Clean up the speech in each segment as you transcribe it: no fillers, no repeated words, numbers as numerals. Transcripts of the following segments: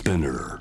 Spinner.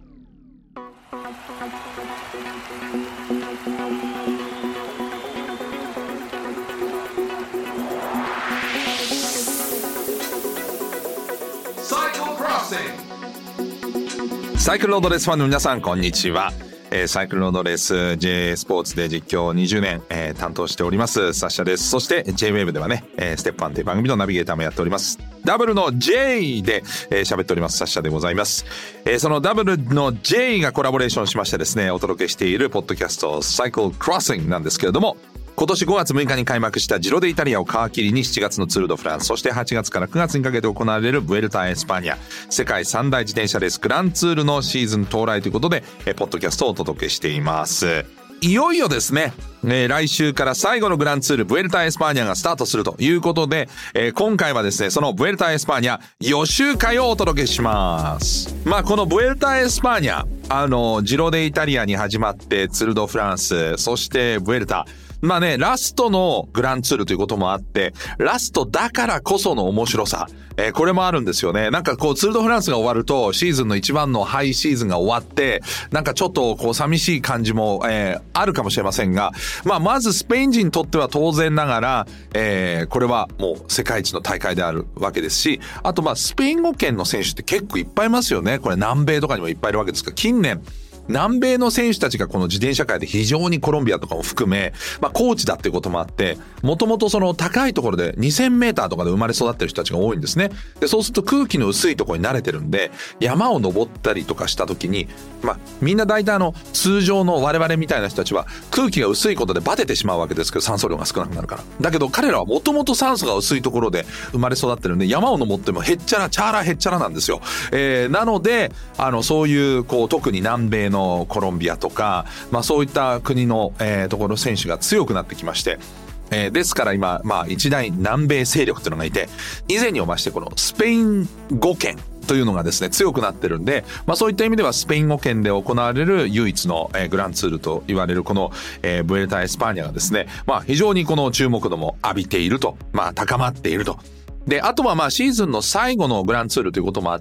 Cycle Crossing。 サイクルロードレースファンの皆さんこんにちは。サイクルロードレース J スポーツで実況20年、担当しておりますサッシャです。そして J-Wave ではね、ステップ1という番組のナビゲーターもやっております。ダブルの J で喋っておりますサッシャでございます。そのダブルの J がコラボレーションしましてですね、お届けしているポッドキャスト Cycle Crossing なんですけれども、今年5月6日に開幕したジロデイタリアを皮切りに7月のツールドフランス、そして8月から9月にかけて行われるブエルタ・エスパーニャ、世界三大自転車レースグランツールのシーズン到来ということで、ポッドキャストをお届けしています。いよいよですね、来週から最後のグランツールブエルタ・エスパーニャがスタートするということで、今回はですね、そのブエルタ・エスパーニャ予習会をお届けします。このブエルタ・エスパーニャ、ジロデイタリアに始まってツールドフランス、そしてブエルタ、ラストのグランツールということもあって、ラストだからこその面白さ、これもあるんですよね。ツールドフランスが終わると、シーズンの一番のハイシーズンが終わって、ちょっと寂しい感じも、あるかもしれませんが、まずスペイン人にとっては当然ながら、これはもう世界一の大会であるわけですし、あとスペイン語圏の選手って結構いっぱいいますよね。これ南米とかにもいっぱいいるわけですが、近年、南米の選手たちがこの自転車界で非常にコロンビアとかも含め、コーチだっていうこともあって、もともとその高いところで2000メーターとかで生まれ育ってる人たちが多いんですね。で、そうすると空気の薄いところに慣れてるんで、山を登ったりとかした時に、みんな大体通常の我々みたいな人たちは空気が薄いことでバテてしまうわけですけど、酸素量が少なくなるから。だけど彼らはもともと酸素が薄いところで生まれ育ってるんで、山を登ってもチャーラへっちゃらなんですよ。なので、そういう特に南米のコロンビアとか、そういった国の、ところ選手が強くなってきまして、ですから今、一大南米勢力というのがいて、以前におましてこのスペイン語圏というのがですね強くなってるんで、そういった意味ではスペイン語圏で行われる唯一の、グランツールと言われるこの、ブエルタ・エスパーニャがですね、非常にこの注目度も浴びていると、高まっていると。で、あとはシーズンの最後のグランツールということもあって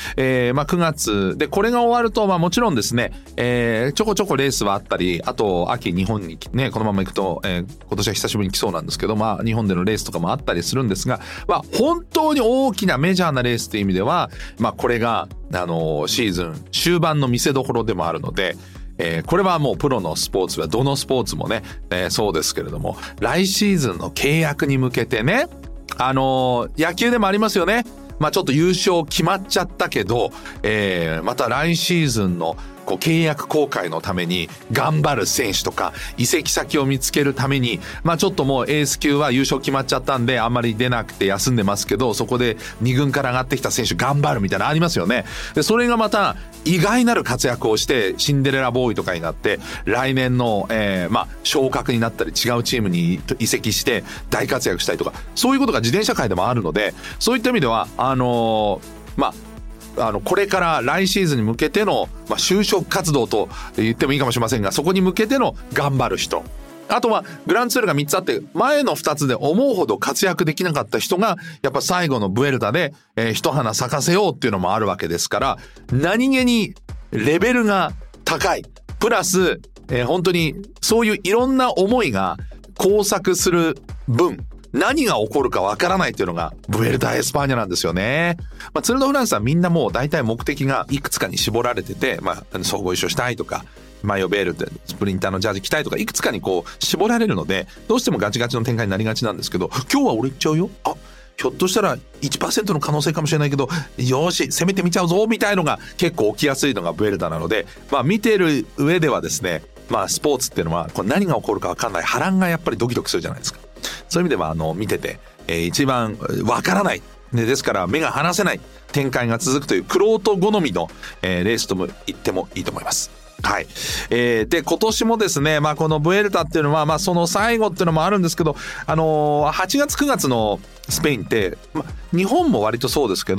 、9月でこれが終わると、もちろんですね、ちょこちょこレースはあったり、あと秋日本にね、このまま行くと、今年は久しぶりに来そうなんですけど、日本でのレースとかもあったりするんですが、本当に大きなメジャーなレースという意味では、これが、シーズン終盤の見せどころでもあるので、これはもうプロのスポーツはどのスポーツもね、そうですけれども、来シーズンの契約に向けてね、野球でもありますよね。ちょっと優勝決まっちゃったけど、また来シーズンの契約更改のために頑張る選手とか移籍先を見つけるために、ちょっともうエース級は優勝決まっちゃったんであんまり出なくて休んでますけど、そこで2軍から上がってきた選手頑張るみたいなのありますよね。で、それがまた意外なる活躍をしてシンデレラボーイとかになって来年の、昇格になったり違うチームに移籍して大活躍したりとか、そういうことが自転車界でもあるので、そういった意味ではこれから来シーズンに向けての、就職活動と言ってもいいかもしれませんが、そこに向けての頑張る人、あとはグランツールが3つあって、前の2つで思うほど活躍できなかった人がやっぱ最後のブエルタで、一花咲かせようっていうのもあるわけですから、何気にレベルが高いプラス、本当にそういういろんな思いが交錯する分、何が起こるかわからないというのがブエルタ・エスパーニャなんですよね。ツール・ド・フランスはみんなもう大体目的がいくつかに絞られてて、総合優勝したいとか、マヨベールってスプリンターのジャージ着たいとか、いくつかに絞られるので、どうしてもガチガチの展開になりがちなんですけど、今日は俺行っちゃうよ、ひょっとしたら 1% の可能性かもしれないけど、よし攻めてみちゃうぞみたいのが結構起きやすいのがブエルタなので、見てる上ではですね、スポーツっていうのは何が起こるか分かんない、波乱がやっぱりドキドキするじゃないですか。そういう意味では見てて、一番わからない、ですから目が離せない展開が続くという玄人好みの、レースとも言ってもいいと思います。はい。で、今年もですね、このブエルタっていうのは、その最後っていうのもあるんですけど、8月9月のスペインって、日本も割とそうですけど、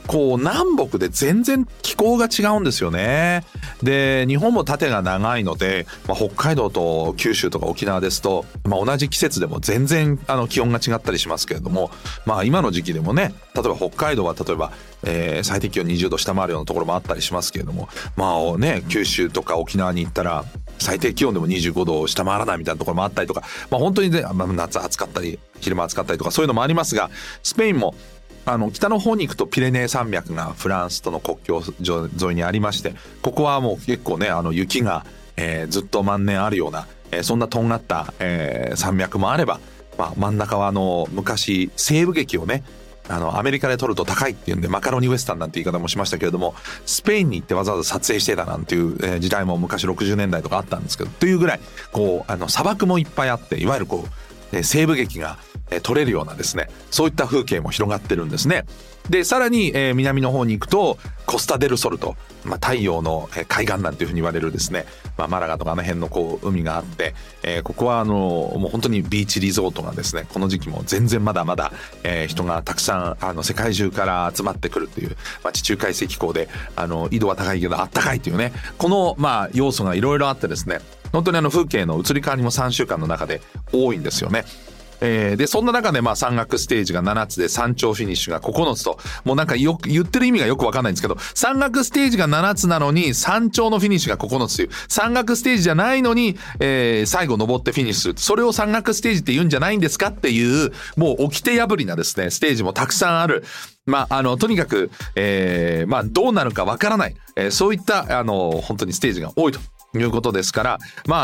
こう南北で全然気候が違うんですよね。で日本も縦が長いので、北海道と九州とか沖縄ですと、同じ季節でも全然気温が違ったりしますけれども、今の時期でもね、例えば北海道は例えば、最低気温20度下回るようなところもあったりしますけれども、九州とか沖縄に行ったら最低気温でも25度を下回らないみたいなところもあったりとか、本当にね、夏暑かったり昼間暑かったりとかそういうのもありますが、スペインも北の方に行くとピレネー山脈がフランスとの国境沿いにありまして、ここはもう結構ね雪が、ずっと万年あるような、そんなとんがった、山脈もあれば、真ん中は昔西部劇をねアメリカで撮ると高いっていうんでマカロニウエスタンなんて言い方もしましたけれども、スペインに行ってわざわざ撮影してたなんていう、時代も昔60年代とかあったんですけど、というぐらいこう砂漠もいっぱいあって、いわゆるこう西部劇が撮れるようなですね、そういった風景も広がってるんですね。でさらに、南の方に行くとコスタデルソルと、太陽の海岸なんていうふうに言われるですね、マラガとか辺のこう海があって、ここはもう本当にビーチリゾートがですね、この時期も全然まだまだ、人がたくさん世界中から集まってくるっていう、地中海性気候で緯度は高いけどあったかいというね、この要素がいろいろあってですね、本当に風景の移り変わりも3週間の中で多いんですよね。でそんな中で山岳ステージが7つで山頂フィニッシュが9つと、もうなんかよく言ってる意味がよく分かんないんですけど、山岳ステージが7つなのに山頂のフィニッシュが9つという、山岳ステージじゃないのに、最後登ってフィニッシュする、それを山岳ステージって言うんじゃないんですかっていう、もう掟破りなですねステージもたくさんある。とにかく、どうなるか分からない、そういった本当にステージが多いということですから、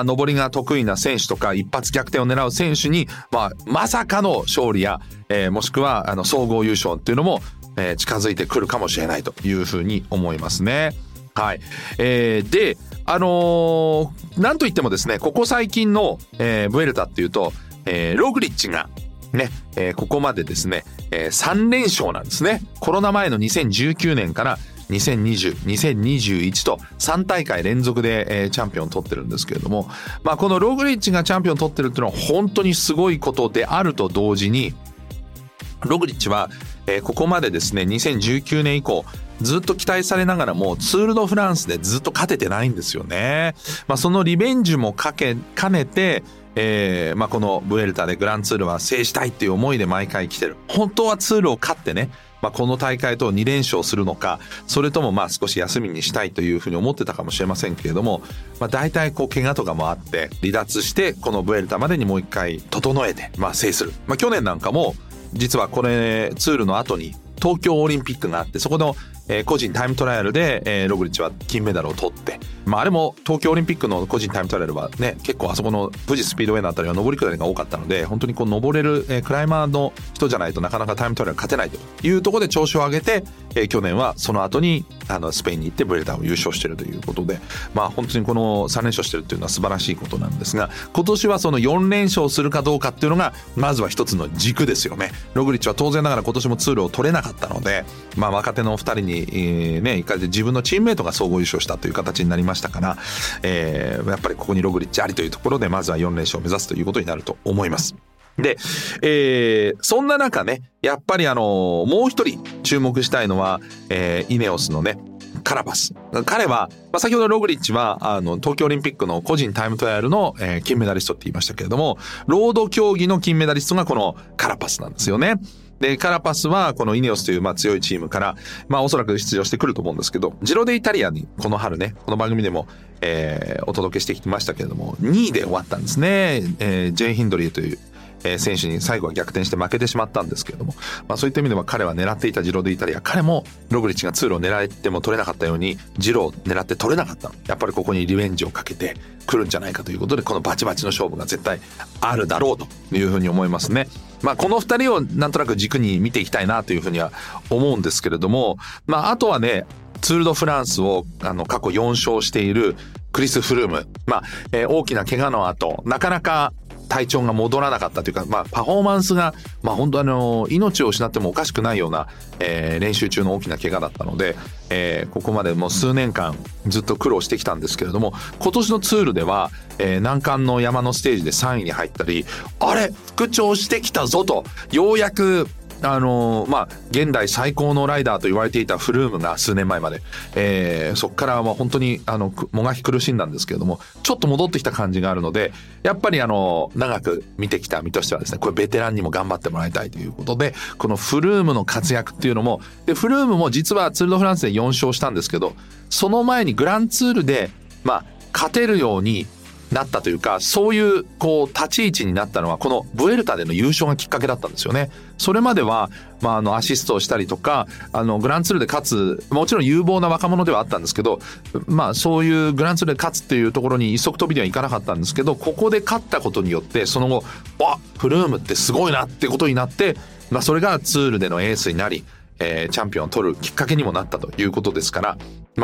上りが得意な選手とか一発逆転を狙う選手に、まさかの勝利や、もしくは総合優勝っていうのも、近づいてくるかもしれないというふうに思いますね。はい。でなんといってもですね、ここ最近の、ブエルタっていうと、ログリッチがね、ここまでですね、3連勝なんですね。コロナ前の2019年から2020、2021と3大会連続で、チャンピオンを取ってるんですけれども、このログリッチがチャンピオンを取ってるっていうのは本当にすごいことであると同時に、ログリッチは、ここまでですね2019年以降ずっと期待されながらもツール・ド・フランスでずっと勝ててないんですよね。そのリベンジも兼ねて、このブエルタでグランツールは制したいっていう思いで毎回来てる。本当はツールを勝ってね、この大会と2連勝するのか、それとも少し休みにしたいというふうに思ってたかもしれませんけれども、大体怪我とかもあって離脱して、このブエルタまでにもう一回整えて制する。去年なんかも実はこれツールの後に東京オリンピックがあって、そこの個人タイムトライアルでログリッチは金メダルを取って、あれも東京オリンピックの個人タイムトライアルはね、結構あそこの富士スピードウェイのあたりは上り下りが多かったので、本当にこう登れるクライマーの人じゃないとなかなかタイムトライアル勝てないというところで調子を上げて、去年はその後にスペインに行ってブエルタを優勝しているということで、本当にこの3連勝してるっていうのは素晴らしいことなんですが、今年はその4連勝するかどうかっていうのがまずは一つの軸ですよね。ログリッチは当然ながら今年もツールを取れなかったので、若手の2人に行かれて自分のチームメイトが総合優勝したという形になりましたから、やっぱりここにログリッチありというところで、まずは4連勝を目指すということになると思います。で、そんな中ね、やっぱりもう一人注目したいのは、イネオスのねカラパス。彼は、先ほどログリッチは東京オリンピックの個人タイムトライアルの、金メダリストって言いましたけれども、ロード競技の金メダリストがこのカラパスなんですよね。でカラパスはこのイネオスという強いチームからおそらく出場してくると思うんですけど、ジロデイタリアにこの春ね、この番組でも、お届けしてきましたけれども2位で終わったんですね。ジェイ・ヒンドリーという選手に最後は逆転して負けてしまったんですけれども、そういった意味では彼は狙っていたジロデイタリア、彼もログリッチがツールを狙っても取れなかったようにジロを狙って取れなかったの。やっぱりここにリベンジをかけてくるんじゃないかということで、このバチバチの勝負が絶対あるだろうというふうに思いますね。この2人をなんとなく軸に見ていきたいなというふうには思うんですけれども、あとはね、ツール・ド・フランスを過去4勝しているクリス・フルーム、大きな怪我の後なかなか体調が戻らなかったというか、パフォーマンスが、本当命を失ってもおかしくないような、練習中の大きな怪我だったので、ここまでもう数年間ずっと苦労してきたんですけれども、今年のツールでは、難関の山のステージで3位に入ったり、あれ復調してきたぞと、ようやく現代最高のライダーと言われていたフルームが数年前まで、そこからは本当にもがき苦しんだんですけれども、ちょっと戻ってきた感じがあるので、やっぱり長く見てきた身としてはですね、これベテランにも頑張ってもらいたいということで、このフルームの活躍っていうのも、でフルームも実はツール・ド・フランスで4勝したんですけど、その前にグランツールで勝てるようになったというか、そういう立ち位置になったのはこのブエルタでの優勝がきっかけだったんですよね。それまではアシストをしたりとかグランツールで勝つ、もちろん有望な若者ではあったんですけど、そういうグランツールで勝つっていうところに一足飛びではいかなかったんですけど、ここで勝ったことによってその後フルームってすごいなってことになって、それがツールでのエースになり、チャンピオンを取るきっかけにもなったということですから、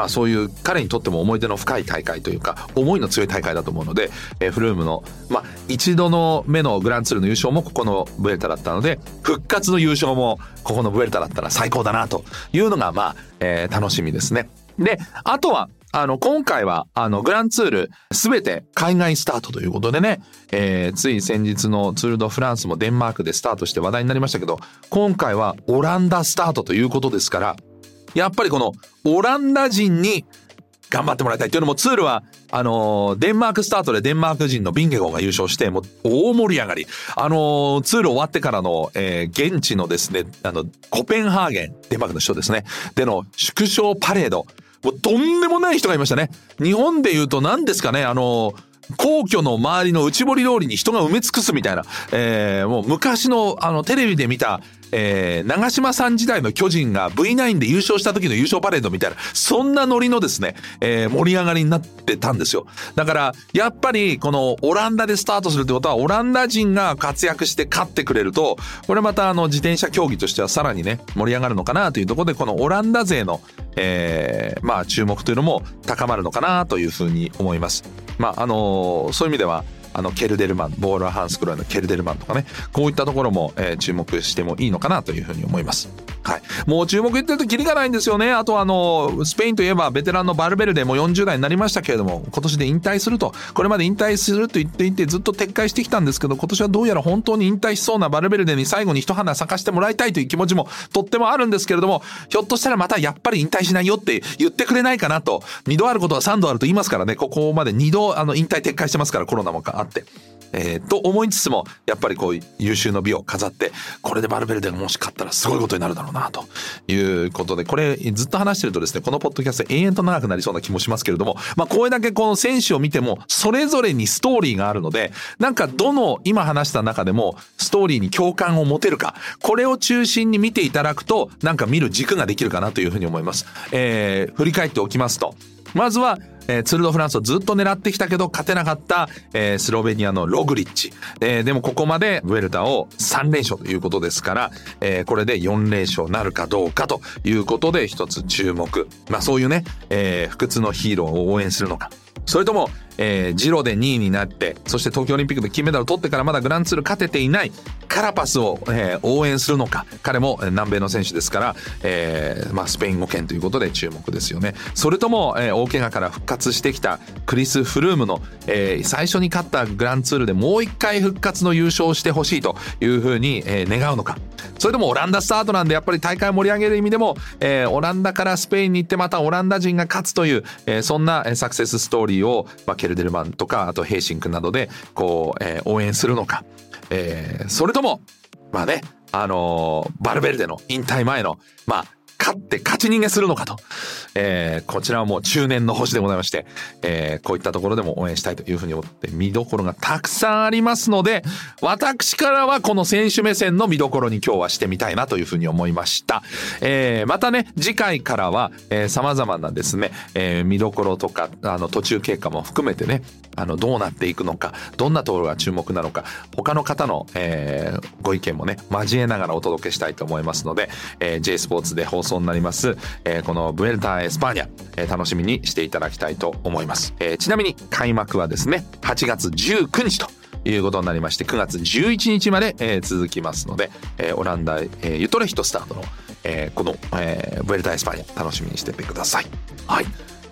そういう彼にとっても思い出の深い大会というか思いの強い大会だと思うので、フルームの一度の目のグランツールの優勝もここのブエルタだったので、復活の優勝もここのブエルタだったら最高だなというのが楽しみですね。で、あとは今回はグランツールすべて海外スタートということでね、つい先日のツール・ド・フランスもデンマークでスタートして話題になりましたけど、今回はオランダスタートということですから、やっぱりこのオランダ人に頑張ってもらいたいというのも、ツールはデンマークスタートでデンマーク人のビンゲゴーが優勝してもう大盛り上がり、ツール終わってからの、現地のですねコペンハーゲン、デンマークの首都ですねでの祝勝パレード、もうとんでもない人がいましたね。日本でいうと何ですかね、皇居の周りの内堀通りに人が埋め尽くすみたいな、もう昔のテレビで見た、長嶋さん時代の巨人が V9 で優勝した時の優勝パレードみたいな、そんなノリのですね、盛り上がりになってたんですよ。だからやっぱりこのオランダでスタートするってことは、オランダ人が活躍して勝ってくれると、これまた自転車競技としてはさらにね盛り上がるのかなというところで、このオランダ勢の、注目というのも高まるのかなというふうに思います。そういう意味ではケルデルマン、ボールハンスクロイのケルデルマンとかね、こういったところも、注目してもいいのかなというふうに思います。はい、もう注目言ってるとキリがないんですよね。あとスペインといえばベテランのバルベルデも40代になりましたけれども、今年で引退すると、これまで引退すると言っていてずっと撤回してきたんですけど、今年はどうやら本当に引退しそうなバルベルデに最後に一花咲かしてもらいたいという気持ちもとってもあるんですけれども、ひょっとしたらまたやっぱり引退しないよって言ってくれないかなと。2度あることは3度あると言いますからね、ここまで2度引退撤回してますから、コロナもあって。と思いつつも、やっぱりこう優秀の美を飾って、これでバルベルデがもし勝ったらすごいことになるだろうなということで、これずっと話してるとですね、このポッドキャスト延々と長くなりそうな気もしますけれども、これだけこの選手を見てもそれぞれにストーリーがあるので、なんかどの今話した中でもストーリーに共感を持てるか、これを中心に見ていただくと、なんか見る軸ができるかなというふうに思います。振り返っておきますと、まずはツール・ド・フランスをずっと狙ってきたけど勝てなかった、スロベニアのログリッチ、でもここまでブエルタを3連勝ということですから、これで4連勝なるかどうかということで一つ注目。そういうね、不屈のヒーローを応援するのか、それとも、ジロで2位になって、そして東京オリンピックで金メダルを取ってからまだグランツール勝てていないカラパスを、応援するのか。彼も南米の選手ですから、スペイン語圏ということで注目ですよね。それとも、大怪我から復活してきたクリス・フルームの、最初に勝ったグランツールでもう一回復活の優勝をしてほしいというふうに、願うのか。それともオランダスタートなんで、やっぱり大会を盛り上げる意味でも、オランダからスペインに行ってまたオランダ人が勝つという、そんなサクセスストーリーを、ケルデルマンとかあとヘイシンクなどでこう、応援するのか、それともバルベルデの引退前の勝って勝ち逃げするのかと、こちらはもう中年の星でございまして、こういったところでも応援したいというふうに思って、見どころがたくさんありますので、私からはこの選手目線の見どころに今日はしてみたいなというふうに思いました。またね、次回からは様々なですね、見どころとか途中経過も含めてね、どうなっていくのか、どんなところが注目なのか、他の方の、ご意見もね交えながらお届けしたいと思いますので、J スポーツで放送になります、このブエルタ・エスパーニャ、楽しみにしていただきたいと思います。ちなみに開幕はですね8月19日ということになりまして、9月11日まで、続きますので、オランダ、ユトレヒトスタートの、この、ブエルタ・エスパーニャ楽しみにしててください。はい。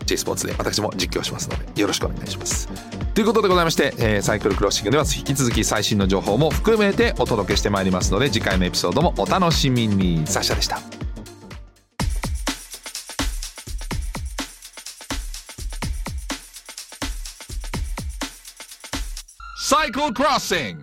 J スポーツで私も実況しますのでよろしくお願いします。ということでございまして、サイクルクロッシングでは引き続き最新の情報も含めてお届けしてまいりますので、次回のエピソードもお楽しみに。サッシャでした。サイクルクロッシング